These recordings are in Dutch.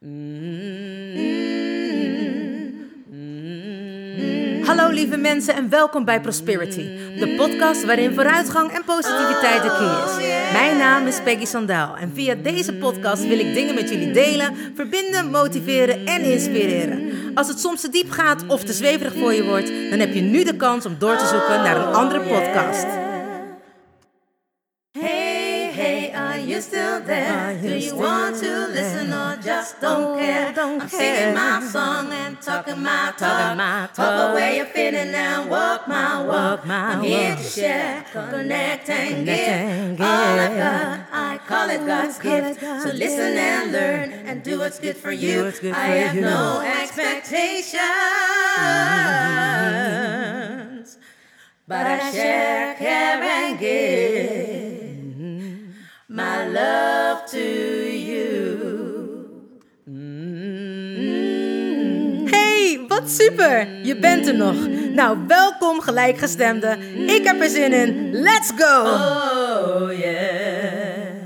Hallo lieve mensen en welkom bij Prosperity, de podcast waarin vooruitgang en positiviteit de key is. Mijn naam is Peggy Sandaal en via deze podcast wil ik dingen met jullie delen, verbinden, motiveren en inspireren. Als het soms te diep gaat of te zweverig voor je wordt, dan heb je nu de kans om door te zoeken naar een andere podcast. Hey, are you still there? Do you want to listen or just don't care? I'm singing my song and talking my talk. Talk away you're feeling and walk my walk. I'm here to share, connect and give. All I've got, I call it God's gift. So listen and learn and do what's good for you. I have no expectations, but I share, care and give my love to you. Hey, wat super! Je bent er nog. Nou, welkom gelijkgestemden. Ik heb er zin in. Let's go! Oh yeah.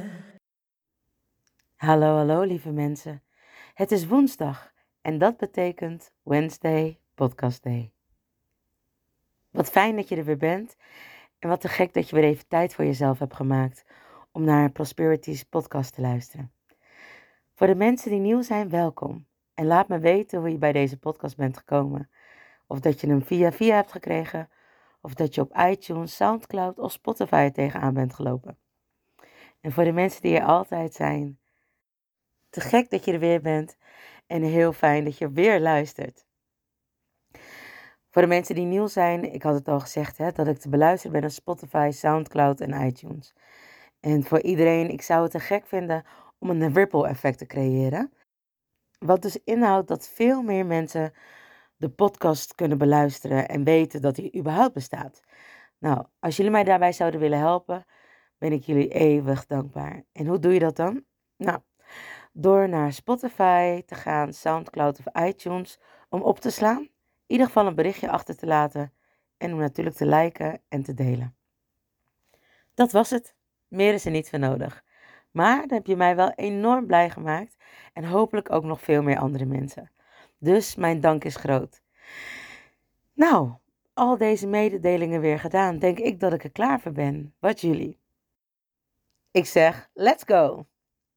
Hallo lieve mensen. Het is woensdag en dat betekent Wednesday Podcast Day. Wat fijn dat je er weer bent en wat te gek dat je weer even tijd voor jezelf hebt gemaakt om naar Prosperity's podcast te luisteren. Voor de mensen die nieuw zijn, welkom. En laat me weten hoe je bij deze podcast bent gekomen. Of dat je hem via hebt gekregen, of dat je op iTunes, Soundcloud of Spotify er tegenaan bent gelopen. En voor de mensen die er altijd zijn, te gek dat je er weer bent en heel fijn dat je weer luistert. Voor de mensen die nieuw zijn, ik had het al gezegd, dat ik te beluisteren ben op Spotify, Soundcloud en iTunes. En voor iedereen, ik zou het te gek vinden om een ripple effect te creëren. Wat dus inhoudt dat veel meer mensen de podcast kunnen beluisteren en weten dat die überhaupt bestaat. Nou, als jullie mij daarbij zouden willen helpen, ben ik jullie eeuwig dankbaar. En hoe doe je dat dan? Nou, door naar Spotify te gaan, Soundcloud of iTunes, om op te slaan, in ieder geval een berichtje achter te laten en om natuurlijk te liken en te delen. Dat was het. Meer is er niet voor nodig. Maar dan heb je mij wel enorm blij gemaakt en hopelijk ook nog veel meer andere mensen. Dus mijn dank is groot. Nou, al deze mededelingen weer gedaan, denk ik dat ik er klaar voor ben. Wat jullie? Ik zeg, let's go!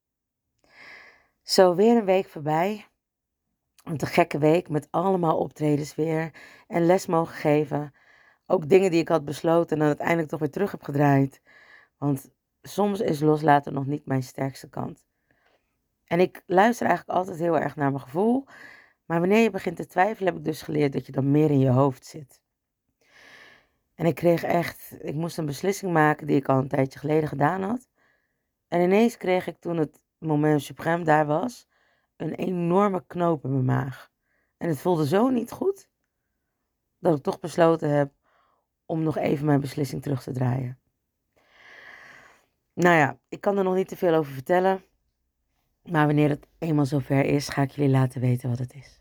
Zo weer een week voorbij. Een te gekke week met allemaal optredens weer en les mogen geven. Ook dingen die ik had besloten en dan uiteindelijk toch weer terug heb gedraaid. Want soms is loslaten nog niet mijn sterkste kant. En ik luister eigenlijk altijd heel erg naar mijn gevoel. Maar wanneer je begint te twijfelen, heb ik dus geleerd dat je dan meer in je hoofd zit. En ik moest een beslissing maken die ik al een tijdje geleden gedaan had. En ineens kreeg ik toen het moment suprême daar was, een enorme knoop in mijn maag. En het voelde zo niet goed, dat ik toch besloten heb om nog even mijn beslissing terug te draaien. Nou ja, ik kan er nog niet te veel over vertellen. Maar wanneer het eenmaal zover is, ga ik jullie laten weten wat het is.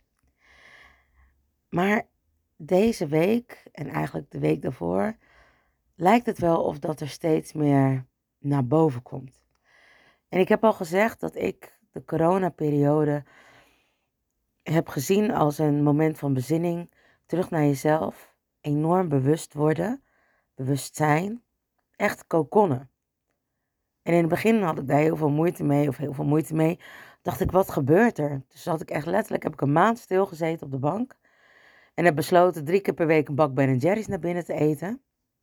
Maar deze week, en eigenlijk de week daarvoor, lijkt het wel of dat er steeds meer naar boven komt. En ik heb al gezegd dat ik de coronaperiode heb gezien als een moment van bezinning, terug naar jezelf, enorm bewust worden, bewustzijn, echt kokonnen. En in het begin had ik daar heel veel moeite mee. Dacht ik, wat gebeurt er? Dus had ik echt letterlijk, heb ik een maand stilgezeten op de bank. En heb besloten 3 keer per week een bak Ben & Jerry's naar binnen te eten.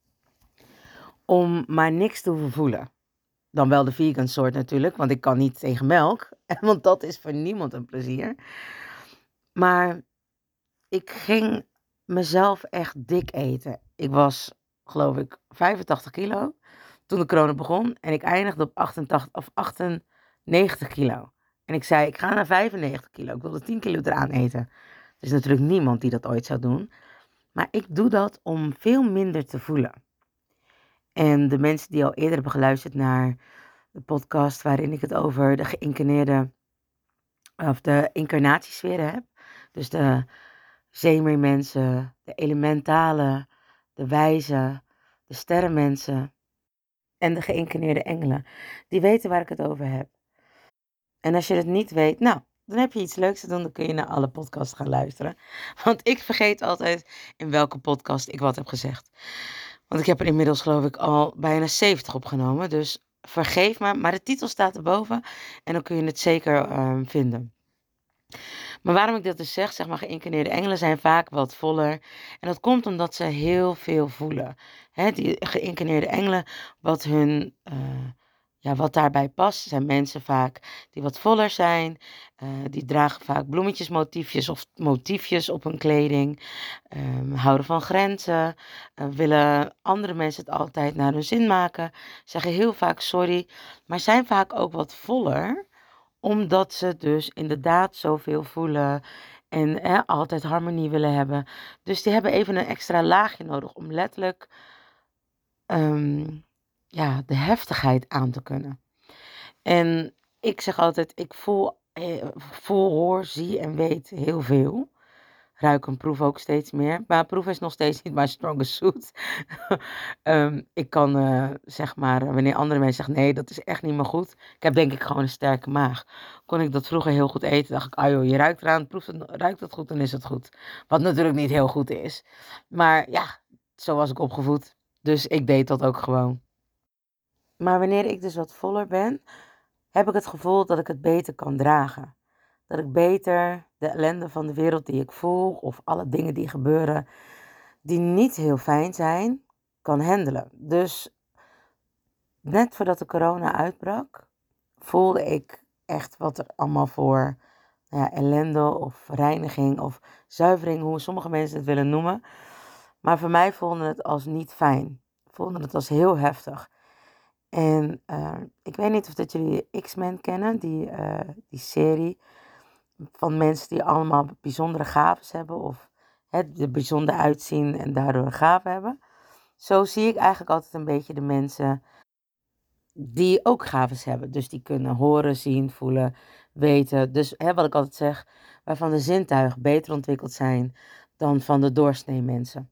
Om maar niks te hoeven voelen. Dan wel de vegan soort natuurlijk, want ik kan niet tegen melk. Want dat is voor niemand een plezier. Maar ik ging mezelf echt dik eten. Ik was, geloof ik, 85 kilo toen de corona begon. En ik eindigde op 98 kilo. En ik zei, ik ga naar 95 kilo. Ik wilde 10 kilo eraan eten. Er is natuurlijk niemand die dat ooit zou doen. Maar ik doe dat om veel minder te voelen. En de mensen die al eerder hebben geluisterd naar de podcast waarin ik het over de geïncarneerde, of de incarnatiesferen heb. Dus de zeemeermensen, de elementalen, de wijzen, de sterrenmensen en de geïncarneerde engelen. Die weten waar ik het over heb. En als je het niet weet, nou, Dan heb je iets leuks te doen, dan kun je naar alle podcasts gaan luisteren. Want ik vergeet altijd in welke podcast ik wat heb gezegd. Want ik heb er inmiddels geloof ik al bijna 70 opgenomen. Dus vergeef me, maar de titel staat erboven en dan kun je het zeker vinden. Maar waarom ik dat dus zeg maar geïncarneerde engelen zijn vaak wat voller. En dat komt omdat ze heel veel voelen. Die geïncarneerde engelen, wat daarbij past, zijn mensen vaak die wat voller zijn. Die dragen vaak bloemetjesmotiefjes of motiefjes op hun kleding. Houden van grenzen. Willen andere mensen het altijd naar hun zin maken. Zeggen heel vaak sorry. Maar zijn vaak ook wat voller omdat ze dus inderdaad zoveel voelen en altijd harmonie willen hebben. Dus die hebben even een extra laagje nodig om letterlijk de heftigheid aan te kunnen. En ik zeg altijd, ik voel, hoor, zie en weet heel veel. Ruik en proef ook steeds meer. Maar proef is nog steeds niet mijn strongest suit. Ik kan, zeg maar, wanneer andere mensen zeggen, nee, dat is echt niet meer goed. Ik heb denk ik gewoon een sterke maag. Kon ik dat vroeger heel goed eten, dacht ik, joh, je ruikt eraan, ruikt het goed, dan is het goed. Wat natuurlijk niet heel goed is. Maar ja, zo was ik opgevoed. Dus ik deed dat ook gewoon. Maar wanneer ik dus wat voller ben, heb ik het gevoel dat ik het beter kan dragen. Dat ik beter de ellende van de wereld die ik voel, of alle dingen die gebeuren, die niet heel fijn zijn, kan handelen. Dus net voordat de corona uitbrak, voelde ik echt wat er allemaal voor ellende of reiniging of zuivering, hoe sommige mensen het willen noemen. Maar voor mij voelde het als niet fijn. Voelde het als heel heftig. En ik weet niet of dat jullie X-Men kennen, die serie van mensen die allemaal bijzondere gaves hebben of er bijzonder uitzien en daardoor een gave hebben. Zo zie ik eigenlijk altijd een beetje de mensen die ook gaves hebben. Dus die kunnen horen, zien, voelen, weten. Dus wat ik altijd zeg, waarvan de zintuigen beter ontwikkeld zijn dan van de doorsnee mensen.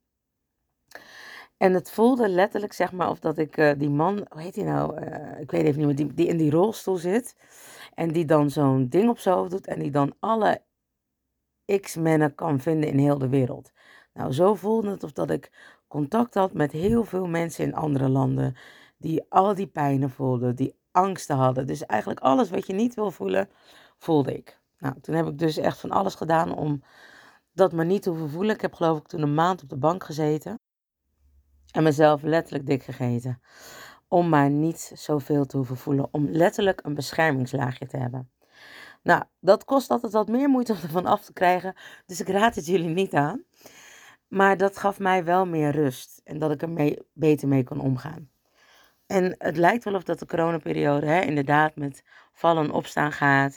En het voelde letterlijk, zeg maar, of dat ik die man, hoe heet hij nou? Ik weet even niet meer, die in die rolstoel zit. En die dan zo'n ding op zijn hoofd doet en die dan alle X-mennen kan vinden in heel de wereld. Nou, zo voelde het of dat ik contact had met heel veel mensen in andere landen. Die al die pijnen voelden, die angsten hadden. Dus eigenlijk alles wat je niet wil voelen, voelde ik. Nou, toen heb ik dus echt van alles gedaan om dat maar niet te hoeven voelen. Ik heb geloof ik toen een maand op de bank gezeten. En mezelf letterlijk dik gegeten. Om maar niet zoveel te hoeven voelen. Om letterlijk een beschermingslaagje te hebben. Nou, dat kost altijd wat meer moeite om ervan af te krijgen. Dus ik raad het jullie niet aan. Maar dat gaf mij wel meer rust. En dat ik er beter mee kon omgaan. En het lijkt wel of dat de coronaperiode inderdaad met vallen en opstaan gaat.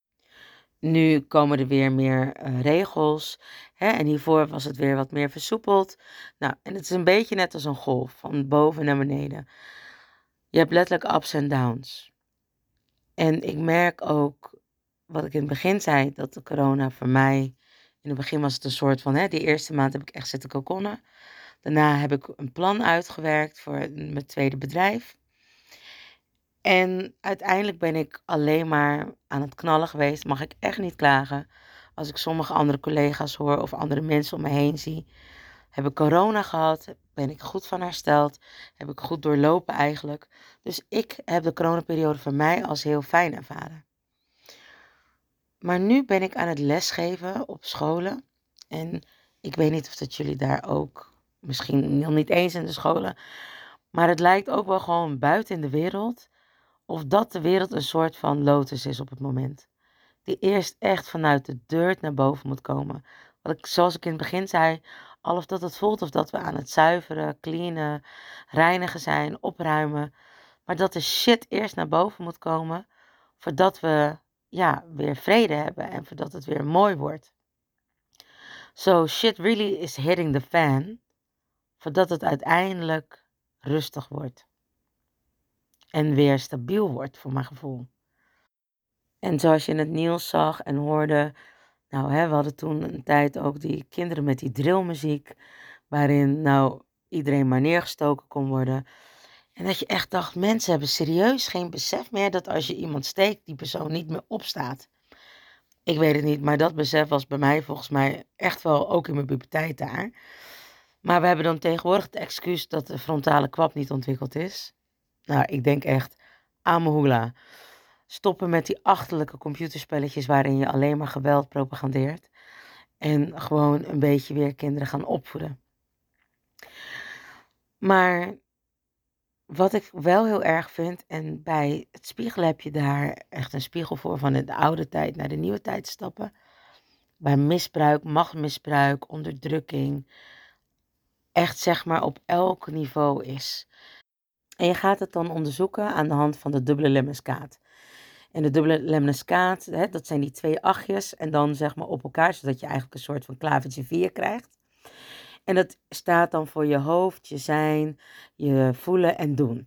Nu komen er weer meer regels. En hiervoor was het weer wat meer versoepeld. Nou, en het is een beetje net als een golf. Van boven naar beneden. Je hebt letterlijk ups en downs. En ik merk ook, wat ik in het begin zei, dat de corona voor mij, in het begin was het een soort van, die eerste maand heb ik echt zitten kokonnen. Daarna heb ik een plan uitgewerkt voor mijn tweede bedrijf. En uiteindelijk ben ik alleen maar aan het knallen geweest, mag ik echt niet klagen. Als ik sommige andere collega's hoor of andere mensen om me heen zie. Heb ik corona gehad, ben ik goed van hersteld, heb ik goed doorlopen eigenlijk. Dus ik heb de coronaperiode voor mij als heel fijn ervaren. Maar nu ben ik aan het lesgeven op scholen. En ik weet niet of dat jullie daar ook, misschien nog niet eens in de scholen. Maar het lijkt ook wel gewoon buiten in de wereld. Of dat de wereld een soort van lotus is op het moment. Die eerst echt vanuit de dirt naar boven moet komen. Zoals ik in het begin zei, of dat het voelt of dat we aan het zuiveren, cleanen, reinigen zijn, opruimen. Maar dat de shit eerst naar boven moet komen, voordat we weer vrede hebben en voordat het weer mooi wordt. So shit really is hitting the fan, voordat het uiteindelijk rustig wordt. En weer stabiel wordt, voor mijn gevoel. En zoals je in het nieuws zag en hoorde, we hadden toen een tijd ook die kinderen met die drillmuziek, waarin iedereen maar neergestoken kon worden. En dat je echt dacht, mensen hebben serieus geen besef meer dat als je iemand steekt, die persoon niet meer opstaat. Ik weet het niet, maar dat besef was bij mij volgens mij echt wel ook in mijn puberteit daar. Maar we hebben dan tegenwoordig het excuus dat de frontale kwab niet ontwikkeld is. Nou, ik denk echt, Amahula. Stoppen met die achterlijke computerspelletjes waarin je alleen maar geweld propagandeert. En gewoon een beetje weer kinderen gaan opvoeden. Maar wat ik wel heel erg vind, en bij het spiegelen heb je daar echt een spiegel voor van de oude tijd naar de nieuwe tijd stappen. Waar misbruik, machtsmisbruik, onderdrukking echt zeg maar op elk niveau is. En je gaat het dan onderzoeken aan de hand van de dubbele lemniscaat. En de dubbele lemniscaat, dat zijn die 2 achtjes en dan zeg maar op elkaar, zodat je eigenlijk een soort van klavertje 4 krijgt. En dat staat dan voor je hoofd, je zijn, je voelen en doen.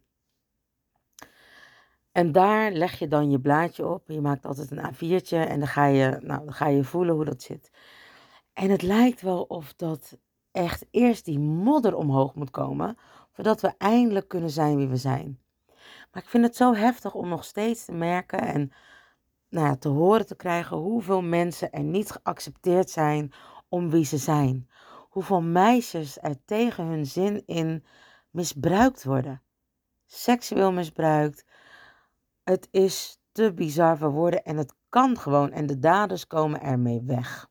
En daar leg je dan je blaadje op. Je maakt altijd een A4'tje en dan ga je voelen hoe dat zit. En het lijkt wel of dat echt eerst die modder omhoog moet komen, voordat we eindelijk kunnen zijn wie we zijn. Maar ik vind het zo heftig om nog steeds te merken en te horen te krijgen hoeveel mensen er niet geaccepteerd zijn om wie ze zijn. Hoeveel meisjes er tegen hun zin in misbruikt worden. Seksueel misbruikt. Het is te bizar voor woorden en het kan gewoon en de daders komen ermee weg.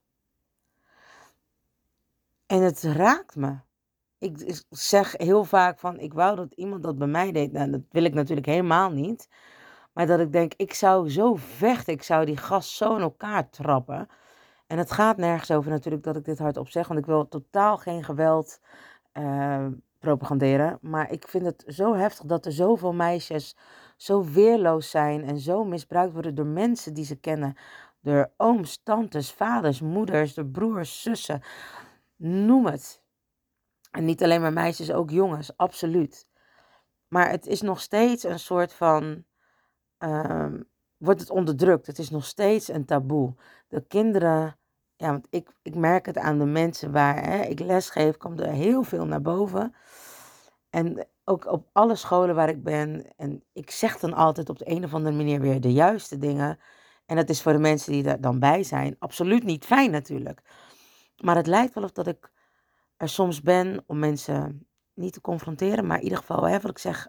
En het raakt me. Ik zeg heel vaak van, ik wou dat iemand dat bij mij deed. Nou, dat wil ik natuurlijk helemaal niet. Maar dat ik denk, ik zou zo vechten. Ik zou die gast zo in elkaar trappen. En het gaat nergens over natuurlijk dat ik dit hardop zeg. Want ik wil totaal geen geweld propaganderen. Maar ik vind het zo heftig dat er zoveel meisjes zo weerloos zijn. En zo misbruikt worden door mensen die ze kennen. Door ooms, tantes, vaders, moeders, door broers, zussen. Noem het. En niet alleen maar meisjes, ook jongens, absoluut. Maar het is nog steeds een soort van, wordt het onderdrukt. Het is nog steeds een taboe. De kinderen, ja, want ik merk het aan de mensen waar ik les geef, komt er heel veel naar boven. En ook op alle scholen waar ik ben. En ik zeg dan altijd op de een of andere manier weer de juiste dingen. En dat is voor de mensen die er dan bij zijn absoluut niet fijn natuurlijk. Maar het lijkt wel of dat ik er soms ben om mensen niet te confronteren, maar in ieder geval, wat ik zeg.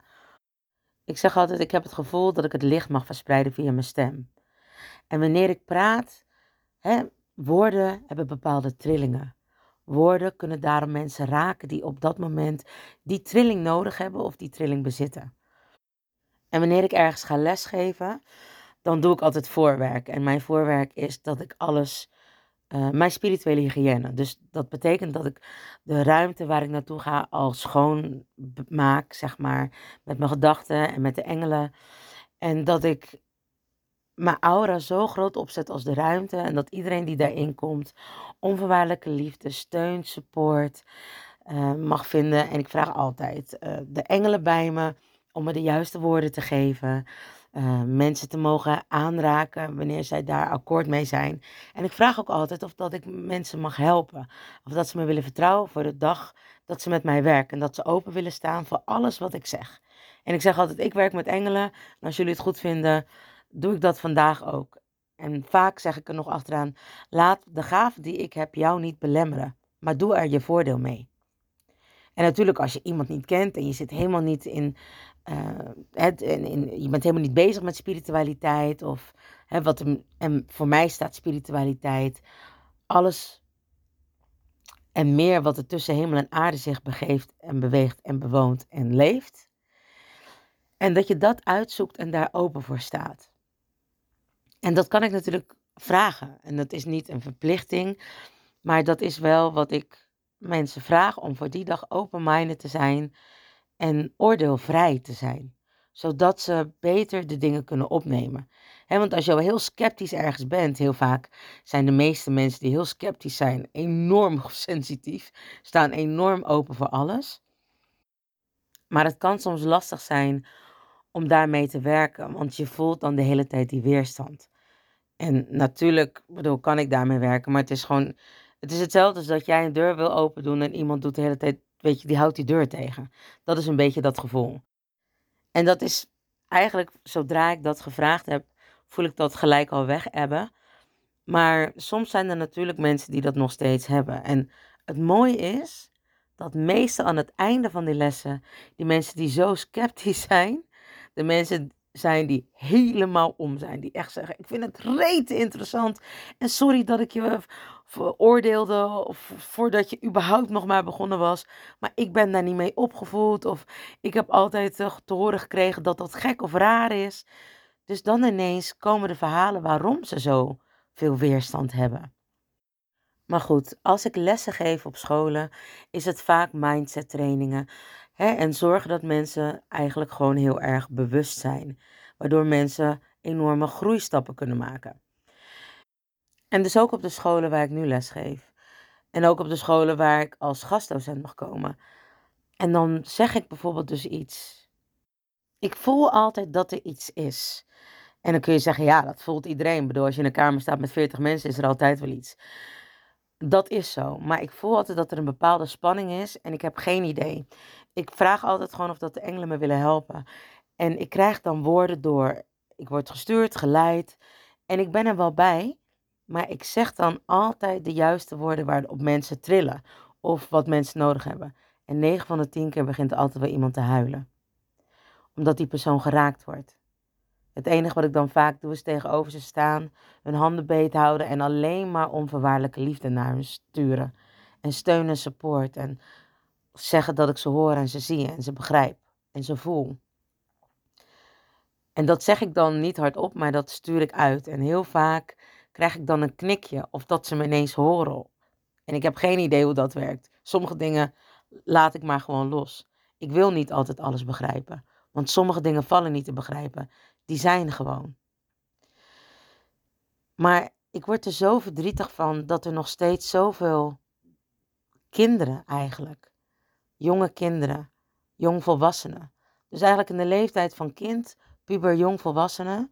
Ik zeg altijd, ik heb het gevoel dat ik het licht mag verspreiden via mijn stem. En wanneer ik praat, woorden hebben bepaalde trillingen. Woorden kunnen daarom mensen raken die op dat moment die trilling nodig hebben of die trilling bezitten. En wanneer ik ergens ga lesgeven, dan doe ik altijd voorwerk. En mijn voorwerk is dat ik alles, mijn spirituele hygiëne. Dus dat betekent dat ik de ruimte waar ik naartoe ga al schoon maak, zeg maar, met mijn gedachten en met de engelen. En dat ik mijn aura zo groot opzet als de ruimte. En dat iedereen die daarin komt, onvoorwaardelijke liefde, steun, support mag vinden. En ik vraag altijd de engelen bij me om me de juiste woorden te geven. Mensen te mogen aanraken wanneer zij daar akkoord mee zijn. En ik vraag ook altijd of dat ik mensen mag helpen. Of dat ze me willen vertrouwen voor de dag dat ze met mij werken. En dat ze open willen staan voor alles wat ik zeg. En ik zeg altijd, ik werk met engelen. En als jullie het goed vinden, doe ik dat vandaag ook. En vaak zeg ik er nog achteraan, laat de gave die ik heb jou niet belemmeren. Maar doe er je voordeel mee. En natuurlijk als je iemand niet kent en je zit helemaal niet in, je bent helemaal niet bezig met spiritualiteit. En voor mij staat spiritualiteit, alles en meer wat er tussen hemel en aarde zich begeeft en beweegt en bewoont en leeft. En dat je dat uitzoekt en daar open voor staat. En dat kan ik natuurlijk vragen. En dat is niet een verplichting, maar dat is wel wat ik mensen vraag om voor die dag open-minded te zijn en oordeelvrij te zijn. Zodat ze beter de dingen kunnen opnemen. Want als je al heel sceptisch ergens bent, heel vaak zijn de meeste mensen die heel sceptisch zijn enorm sensitief, staan enorm open voor alles. Maar het kan soms lastig zijn om daarmee te werken, want je voelt dan de hele tijd die weerstand. En natuurlijk, kan ik daarmee werken, maar het is hetzelfde als dat jij een deur wil open doen en iemand doet de hele tijd, weet je, die houdt die deur tegen. Dat is een beetje dat gevoel. En dat is eigenlijk, zodra ik dat gevraagd heb, voel ik dat gelijk al weg hebben. Maar soms zijn er natuurlijk mensen die dat nog steeds hebben. En het mooie is dat meestal aan het einde van die lessen, die mensen die zo sceptisch zijn, de mensen zijn die helemaal om zijn. Die echt zeggen, ik vind het rete interessant. En sorry dat ik je veroordeelde of voordat je überhaupt nog maar begonnen was. Maar ik ben daar niet mee opgevoed. Of ik heb altijd te horen gekregen dat dat gek of raar is. Dus dan ineens komen de verhalen waarom ze zo veel weerstand hebben. Maar goed, als ik lessen geef op scholen, is het vaak mindset trainingen. En zorgen dat mensen eigenlijk gewoon heel erg bewust zijn. Waardoor mensen enorme groeistappen kunnen maken. En dus ook op de scholen waar ik nu les geef. En ook op de scholen waar ik als gastdocent mag komen. En dan zeg ik bijvoorbeeld dus iets. Ik voel altijd dat er iets is. En dan kun je zeggen, ja, dat voelt iedereen. Ik bedoel, als je in een kamer staat met 40 mensen, is er altijd wel iets. Dat is zo. Maar ik voel altijd dat er een bepaalde spanning is en ik heb geen idee. Ik vraag altijd gewoon of dat de engelen me willen helpen. En ik krijg dan woorden door. Ik word gestuurd, geleid. En ik ben er wel bij. Maar ik zeg dan altijd de juiste woorden waarop mensen trillen. Of wat mensen nodig hebben. En 9 van de 10 keer begint er altijd wel iemand te huilen. Omdat die persoon geraakt wordt. Het enige wat ik dan vaak doe is tegenover ze staan, hun handen beet houden en alleen maar onvoorwaardelijke liefde naar hun sturen. En steun en support en zeggen dat ik ze hoor en ze zie en ze begrijp en ze voel. En dat zeg ik dan niet hardop, maar dat stuur ik uit. En heel vaak krijg ik dan een knikje of dat ze me ineens horen. En ik heb geen idee hoe dat werkt. Sommige dingen laat ik maar gewoon los. Ik wil niet altijd alles begrijpen. Want sommige dingen vallen niet te begrijpen. Die zijn gewoon. Maar ik word er zo verdrietig van dat er nog steeds zoveel kinderen eigenlijk, jonge kinderen, jongvolwassenen. Dus eigenlijk in de leeftijd van kind, puber, jongvolwassenen.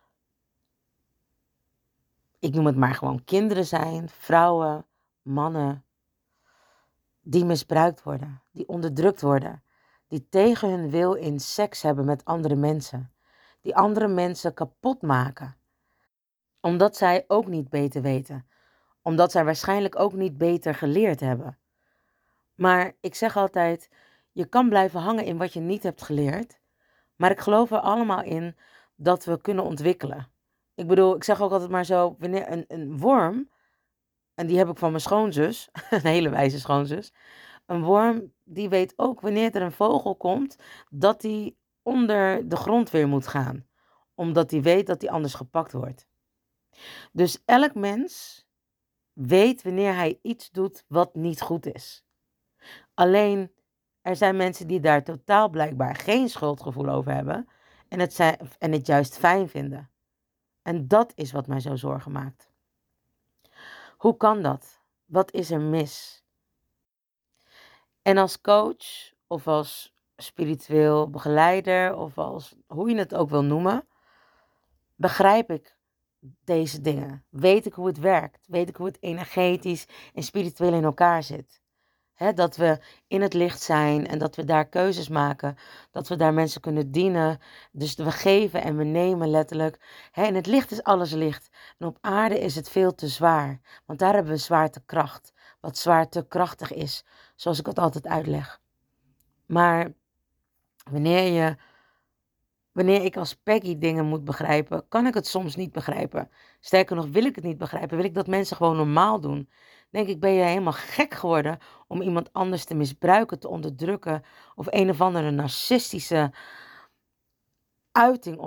Ik noem het maar gewoon kinderen zijn, vrouwen, mannen, die misbruikt worden, die onderdrukt worden. Die tegen hun wil in seks hebben met andere mensen. Die andere mensen kapot maken. Omdat zij ook niet beter weten. Omdat zij waarschijnlijk ook niet beter geleerd hebben. Maar ik zeg altijd, je kan blijven hangen in wat je niet hebt geleerd. Maar ik geloof er allemaal in dat we kunnen ontwikkelen. Ik bedoel, ik zeg ook altijd maar zo, wanneer een worm, en die heb ik van mijn schoonzus, een hele wijze schoonzus. Een worm, die weet ook wanneer er een vogel komt, dat die onder de grond weer moet gaan. Omdat die weet dat die anders gepakt wordt. Dus elk mens weet wanneer hij iets doet wat niet goed is. Alleen, er zijn mensen die daar totaal blijkbaar geen schuldgevoel over hebben en het juist fijn vinden. En dat is wat mij zo zorgen maakt. Hoe kan dat? Wat is er mis? En als coach of als spiritueel begeleider of als hoe je het ook wil noemen, begrijp ik deze dingen. Weet ik hoe het werkt? Weet ik hoe het energetisch en spiritueel in elkaar zit? Dat we in het licht zijn en dat we daar keuzes maken. Dat we daar mensen kunnen dienen. Dus we geven en we nemen letterlijk. In het licht is alles licht. En op aarde is het veel te zwaar. Want daar hebben we zwaartekracht. Wat zwaartekrachtig is. Zoals ik het altijd uitleg. Maar wanneer ik als Peggy dingen moet begrijpen, kan ik het soms niet begrijpen. Sterker nog, wil ik het niet begrijpen. Wil ik dat mensen gewoon normaal doen. Denk ik, ben je helemaal gek geworden om iemand anders te misbruiken, te onderdrukken. Of een of andere narcistische uiting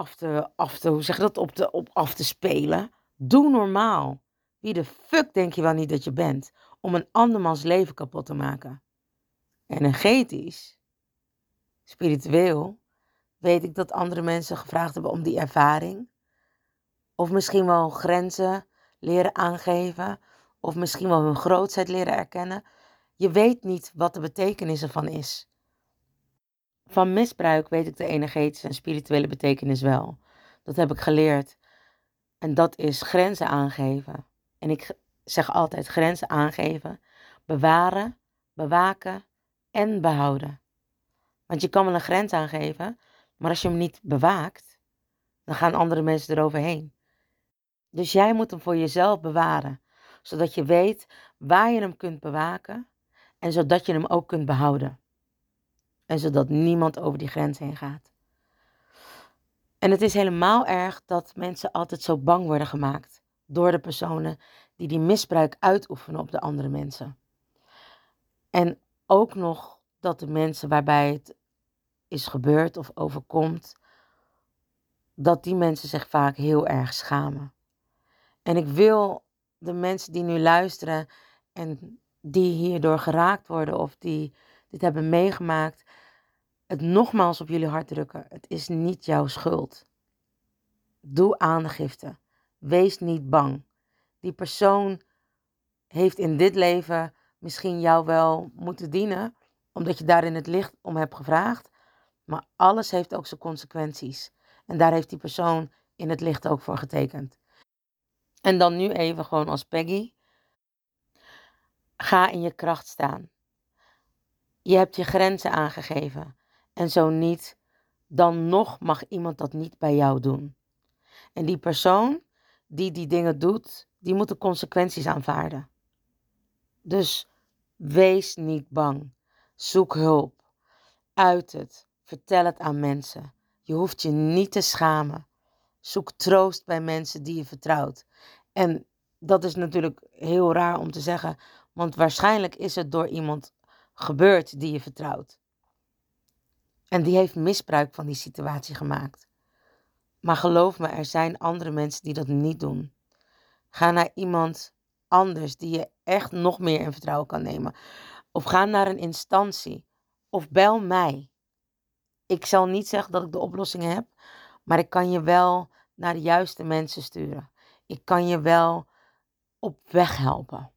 af te spelen. Doe normaal. Wie de fuck denk je wel niet dat je bent om een andermans leven kapot te maken? Energetisch, spiritueel, weet ik dat andere mensen gevraagd hebben om die ervaring. Of misschien wel grenzen leren aangeven. Of misschien wel hun grootheid leren erkennen. Je weet niet wat de betekenis ervan is. Van misbruik weet ik de energetische en spirituele betekenis wel. Dat heb ik geleerd. En dat is grenzen aangeven. En ik zeg altijd grenzen aangeven, bewaren, bewaken en behouden. Want je kan wel een grens aangeven, maar als je hem niet bewaakt, dan gaan andere mensen eroverheen. Dus jij moet hem voor jezelf bewaren. Zodat je weet waar je hem kunt bewaken. En zodat je hem ook kunt behouden. En zodat niemand over die grens heen gaat. En het is helemaal erg dat mensen altijd zo bang worden gemaakt. Door de personen die misbruik uitoefenen op de andere mensen. En ook nog dat de mensen waarbij het is gebeurd of overkomt. Dat die mensen zich vaak heel erg schamen. En ik wil de mensen die nu luisteren en die hierdoor geraakt worden of die dit hebben meegemaakt, het nogmaals op jullie hart drukken. Het is niet jouw schuld. Doe aangifte. Wees niet bang. Die persoon heeft in dit leven misschien jou wel moeten dienen, omdat je daar in het licht om hebt gevraagd. Maar alles heeft ook zijn consequenties. En daar heeft die persoon in het licht ook voor getekend. En dan nu even gewoon als Peggy. Ga in je kracht staan. Je hebt je grenzen aangegeven. En zo niet, dan nog mag iemand dat niet bij jou doen. En die persoon die die dingen doet, die moet de consequenties aanvaarden. Dus wees niet bang. Zoek hulp. Uit het. Vertel het aan mensen. Je hoeft je niet te schamen. Zoek troost bij mensen die je vertrouwt. En dat is natuurlijk heel raar om te zeggen, want waarschijnlijk is het door iemand gebeurd die je vertrouwt. En die heeft misbruik van die situatie gemaakt. Maar geloof me, er zijn andere mensen die dat niet doen. Ga naar iemand anders die je echt nog meer in vertrouwen kan nemen. Of ga naar een instantie. Of bel mij. Ik zal niet zeggen dat ik de oplossingen heb, maar ik kan je wel naar de juiste mensen sturen. Ik kan je wel op weg helpen.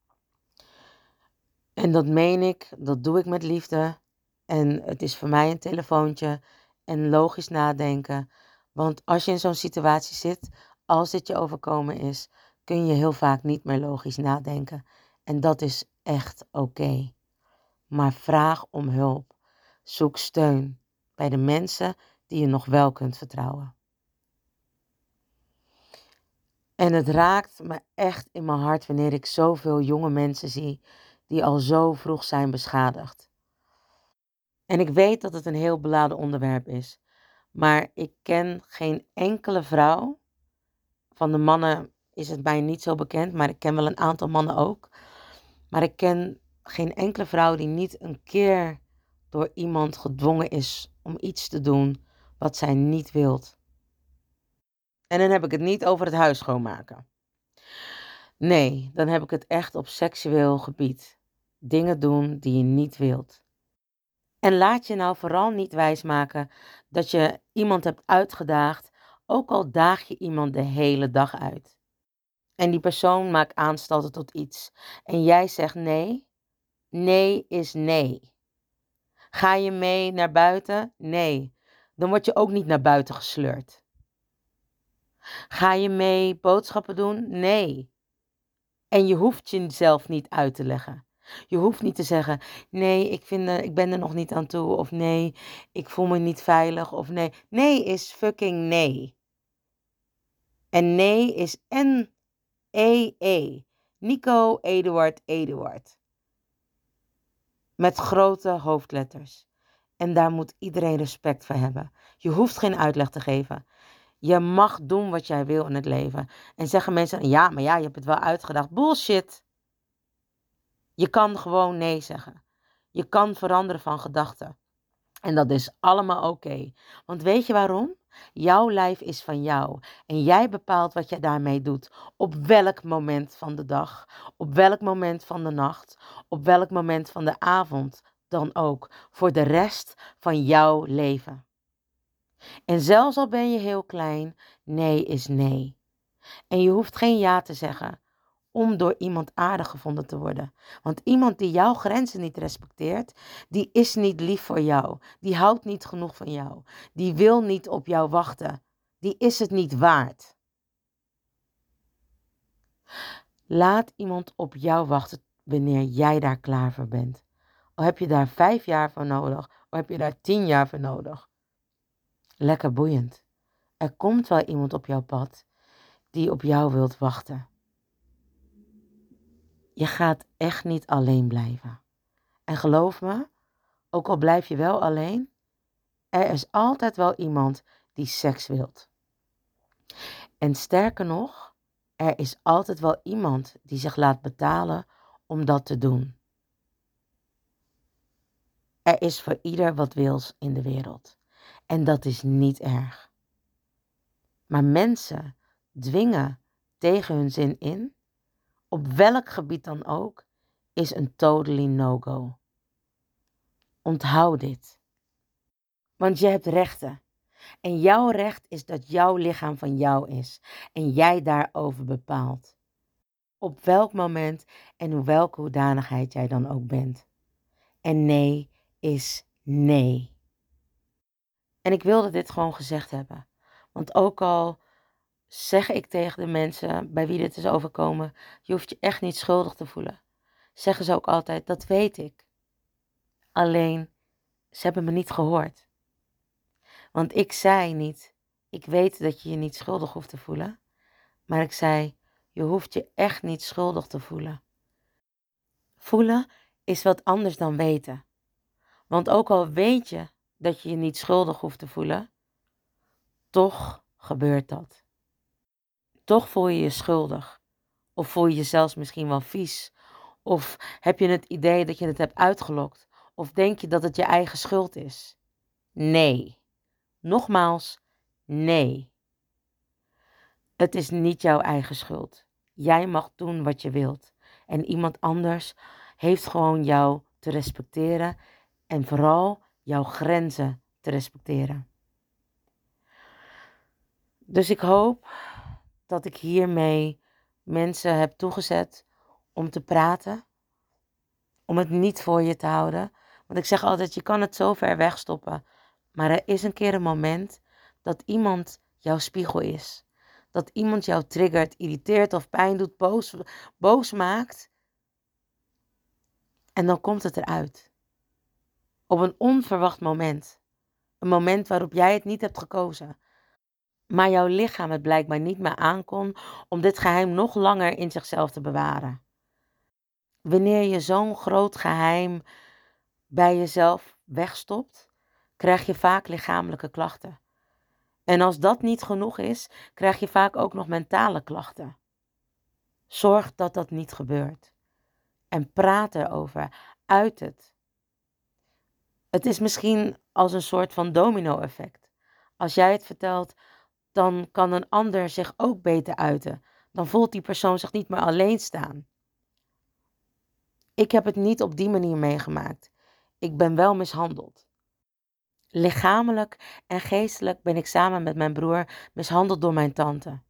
En dat meen ik, dat doe ik met liefde. En het is voor mij een telefoontje en logisch nadenken. Want als je in zo'n situatie zit, als dit je overkomen is, kun je heel vaak niet meer logisch nadenken. En dat is echt oké. Maar vraag om hulp. Zoek steun bij de mensen die je nog wel kunt vertrouwen. En het raakt me echt in mijn hart wanneer ik zoveel jonge mensen zie die al zo vroeg zijn beschadigd. En ik weet dat het een heel beladen onderwerp is. Maar ik ken geen enkele vrouw. Van de mannen is het mij niet zo bekend, maar ik ken wel een aantal mannen ook. Maar ik ken geen enkele vrouw die niet een keer door iemand gedwongen is om iets te doen wat zij niet wilt. En dan heb ik het niet over het huis schoonmaken. Nee, dan heb ik het echt op seksueel gebied. Dingen doen die je niet wilt. En laat je nou vooral niet wijsmaken dat je iemand hebt uitgedaagd, ook al daag je iemand de hele dag uit. En die persoon maakt aanstalten tot iets. En jij zegt nee. Nee is nee. Ga je mee naar buiten? Nee. Dan word je ook niet naar buiten gesleurd. Ga je mee boodschappen doen? Nee. En je hoeft jezelf niet uit te leggen. Je hoeft niet te zeggen, nee, ik ben er nog niet aan toe. Of nee, ik voel me niet veilig. Of nee. Nee is fucking nee. En nee is N-E-E. Nico, Eduard, Eduard. Met grote hoofdletters. En daar moet iedereen respect voor hebben. Je hoeft geen uitleg te geven. Je mag doen wat jij wil in het leven. En zeggen mensen, ja, maar ja, je hebt het wel uitgedacht. Bullshit. Je kan gewoon nee zeggen. Je kan veranderen van gedachten. En dat is allemaal oké. Want weet je waarom? Jouw lijf is van jou. En jij bepaalt wat je daarmee doet. Op welk moment van de dag. Op welk moment van de nacht. Op welk moment van de avond dan ook. Voor de rest van jouw leven. En zelfs al ben je heel klein, nee is nee. En je hoeft geen ja te zeggen om door iemand aardig gevonden te worden. Want iemand die jouw grenzen niet respecteert, die is niet lief voor jou. Die houdt niet genoeg van jou. Die wil niet op jou wachten. Die is het niet waard. Laat iemand op jou wachten wanneer jij daar klaar voor bent. Al heb je daar 5 jaar voor nodig, of heb je daar 10 jaar voor nodig. Lekker boeiend. Er komt wel iemand op jouw pad die op jou wilt wachten. Je gaat echt niet alleen blijven. En geloof me, ook al blijf je wel alleen, er is altijd wel iemand die seks wilt. En sterker nog, er is altijd wel iemand die zich laat betalen om dat te doen. Er is voor ieder wat wils in de wereld. En dat is niet erg. Maar mensen dwingen tegen hun zin in, op welk gebied dan ook, is een totally no-go. Onthoud dit. Want je hebt rechten. En jouw recht is dat jouw lichaam van jou is. En jij daarover bepaalt. Op welk moment en in welke hoedanigheid jij dan ook bent. En nee is nee. En ik wilde dit gewoon gezegd hebben. Want ook al zeg ik tegen de mensen bij wie dit is overkomen, je hoeft je echt niet schuldig te voelen. Zeggen ze ook altijd, dat weet ik. Alleen, ze hebben me niet gehoord. Want ik zei niet, ik weet dat je je niet schuldig hoeft te voelen. Maar ik zei, je hoeft je echt niet schuldig te voelen. Voelen is wat anders dan weten. Want ook al weet je dat je je niet schuldig hoeft te voelen, toch gebeurt dat. Toch voel je je schuldig. Of voel je je zelfs misschien wel vies. Of heb je het idee dat je het hebt uitgelokt. Of denk je dat het je eigen schuld is. Nee. Nogmaals, nee. Het is niet jouw eigen schuld. Jij mag doen wat je wilt. En iemand anders heeft gewoon jou te respecteren. En vooral jouw grenzen te respecteren. Dus ik hoop dat ik hiermee mensen heb toegezet om te praten. Om het niet voor je te houden. Want ik zeg altijd, je kan het zo ver wegstoppen. Maar er is een keer een moment dat iemand jouw spiegel is. Dat iemand jou triggert, irriteert of pijn doet, boos maakt. En dan komt het eruit. Op een onverwacht moment. Een moment waarop jij het niet hebt gekozen. Maar jouw lichaam het blijkbaar niet meer aankon om dit geheim nog langer in zichzelf te bewaren. Wanneer je zo'n groot geheim bij jezelf wegstopt, krijg je vaak lichamelijke klachten. En als dat niet genoeg is, krijg je vaak ook nog mentale klachten. Zorg dat dat niet gebeurt. En praat erover. Uit het. Het is misschien als een soort van domino-effect. Als jij het vertelt, dan kan een ander zich ook beter uiten. Dan voelt die persoon zich niet meer alleen staan. Ik heb het niet op die manier meegemaakt. Ik ben wel mishandeld. Lichamelijk en geestelijk ben ik samen met mijn broer mishandeld door mijn tante.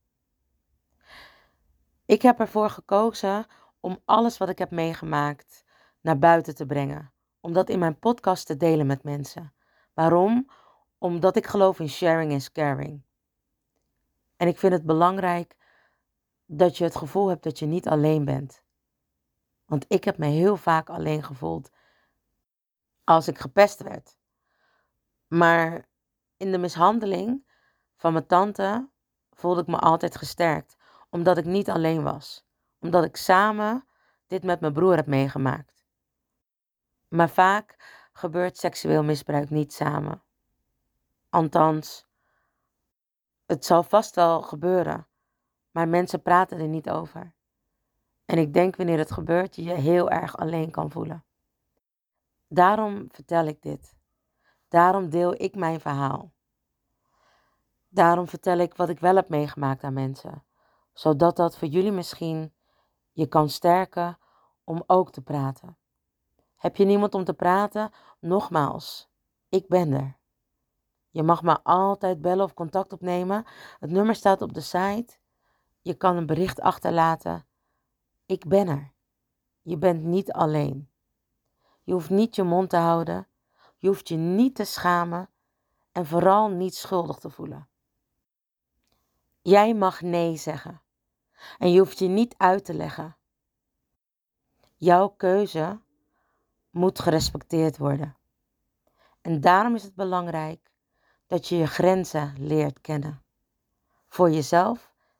Ik heb ervoor gekozen om alles wat ik heb meegemaakt naar buiten te brengen. Om dat in mijn podcast te delen met mensen. Waarom? Omdat ik geloof in sharing is caring. En ik vind het belangrijk dat je het gevoel hebt dat je niet alleen bent. Want ik heb me heel vaak alleen gevoeld als ik gepest werd. Maar in de mishandeling van mijn tante voelde ik me altijd gesterkt. Omdat ik niet alleen was. Omdat ik samen dit met mijn broer heb meegemaakt. Maar vaak gebeurt seksueel misbruik niet samen. Althans, het zal vast wel gebeuren. Maar mensen praten er niet over. En ik denk wanneer het gebeurt, je je heel erg alleen kan voelen. Daarom vertel ik dit. Daarom deel ik mijn verhaal. Daarom vertel ik wat ik wel heb meegemaakt aan mensen. Zodat dat voor jullie misschien je kan sterken om ook te praten. Heb je niemand om te praten? Nogmaals, ik ben er. Je mag me altijd bellen of contact opnemen. Het nummer staat op de site. Je kan een bericht achterlaten. Ik ben er. Je bent niet alleen. Je hoeft niet je mond te houden. Je hoeft je niet te schamen. En vooral niet schuldig te voelen. Jij mag nee zeggen. En je hoeft je niet uit te leggen. Jouw keuze moet gerespecteerd worden. En daarom is het belangrijk dat je je grenzen leert kennen. Voor jezelf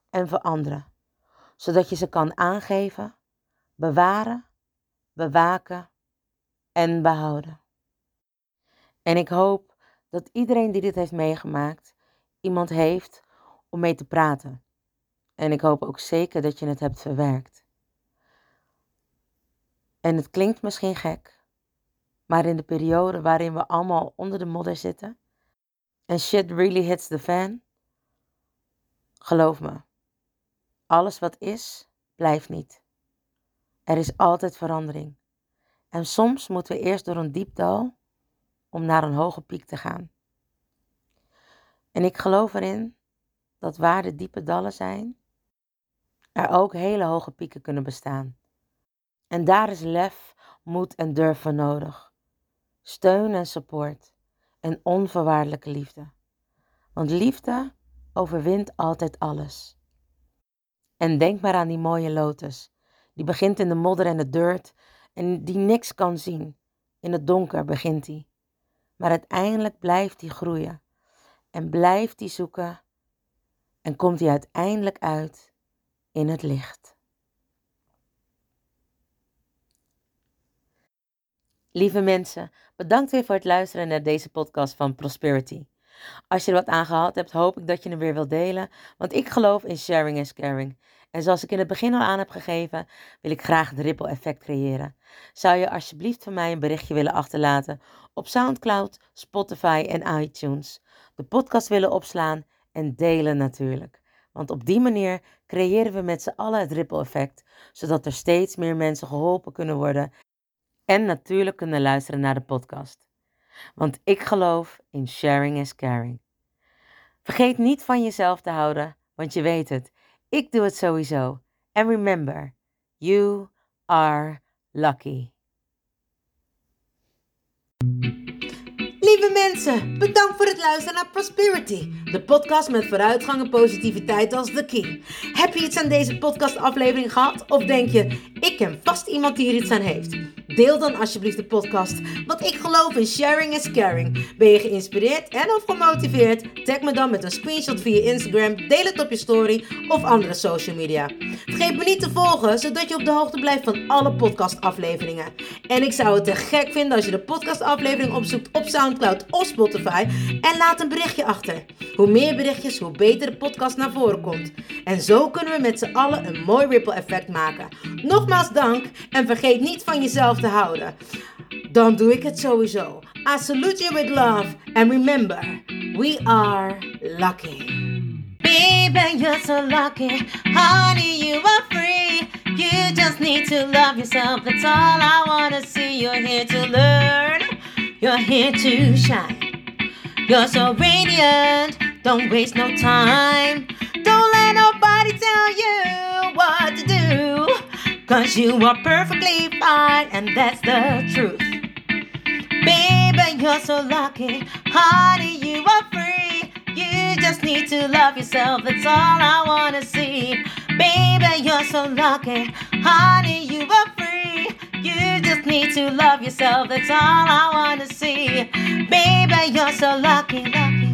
en veranderen, zodat je ze kan aangeven, bewaren, bewaken en behouden. En ik hoop dat iedereen die dit heeft meegemaakt, iemand heeft om mee te praten. En ik hoop ook zeker dat je het hebt verwerkt. En het klinkt misschien gek, maar in de periode waarin we allemaal onder de modder zitten en shit really hits the fan, geloof me, alles wat is, blijft niet. Er is altijd verandering. En soms moeten we eerst door een diep dal om naar een hoge piek te gaan. En ik geloof erin dat waar de diepe dallen zijn, er ook hele hoge pieken kunnen bestaan. En daar is lef, moed en durf voor nodig. Steun en support en onvoorwaardelijke liefde. Want liefde overwint altijd alles. En denk maar aan die mooie lotus. Die begint in de modder en de dirt en die niks kan zien. In het donker begint die. Maar uiteindelijk blijft die groeien. En blijft die zoeken. En komt die uiteindelijk uit in het licht. Lieve mensen, bedankt weer voor het luisteren naar deze podcast van Prosperity. Als je er wat aan gehad hebt, hoop ik dat je hem weer wilt delen, want ik geloof in sharing is caring. En zoals ik in het begin al aan heb gegeven, wil ik graag het ripple effect creëren. Zou je alsjeblieft van mij een berichtje willen achterlaten op SoundCloud, Spotify en iTunes. De podcast willen opslaan en delen natuurlijk. Want op die manier creëren we met z'n allen het ripple effect, zodat er steeds meer mensen geholpen kunnen worden en natuurlijk kunnen luisteren naar de podcast. Want ik geloof in sharing is caring. Vergeet niet van jezelf te houden, want je weet het. Ik doe het sowieso. And remember, you are lucky. Lieve mensen, bedankt voor het luisteren naar Prosperity. De podcast met vooruitgang en positiviteit als the key. Heb je iets aan deze podcastaflevering gehad? Of denk je, ik ken vast iemand die er iets aan heeft? Deel dan alsjeblieft de podcast, want ik geloof in sharing is caring. Ben je geïnspireerd en of gemotiveerd? Tag me dan met een screenshot via Instagram, deel het op je story of andere social media. Vergeet me niet te volgen, zodat je op de hoogte blijft van alle podcastafleveringen. En ik zou het te gek vinden als je de podcastaflevering opzoekt op SoundCloud of Spotify en laat een berichtje achter. Hoe meer berichtjes, hoe beter de podcast naar voren komt. En zo kunnen we met z'n allen een mooi ripple effect maken. Nogmaals dank en vergeet niet van jezelf te houden. Dan doe ik het sowieso. I salute you with love and remember, we are lucky. Baby, you're so lucky. Honey, you are free. You just need to love yourself. That's all I wanna see. You're here to learn. You're here to shine. You're so radiant. Don't waste no time. Don't let nobody tell you what to do. 'Cause you are perfectly fine, and that's the truth. Baby, you're so lucky. Honey, you are free. You just need to love yourself. That's all I wanna see. Baby, you're so lucky. Honey, you are free. You just need to love yourself. That's all I wanna see. Baby, you're so lucky, lucky.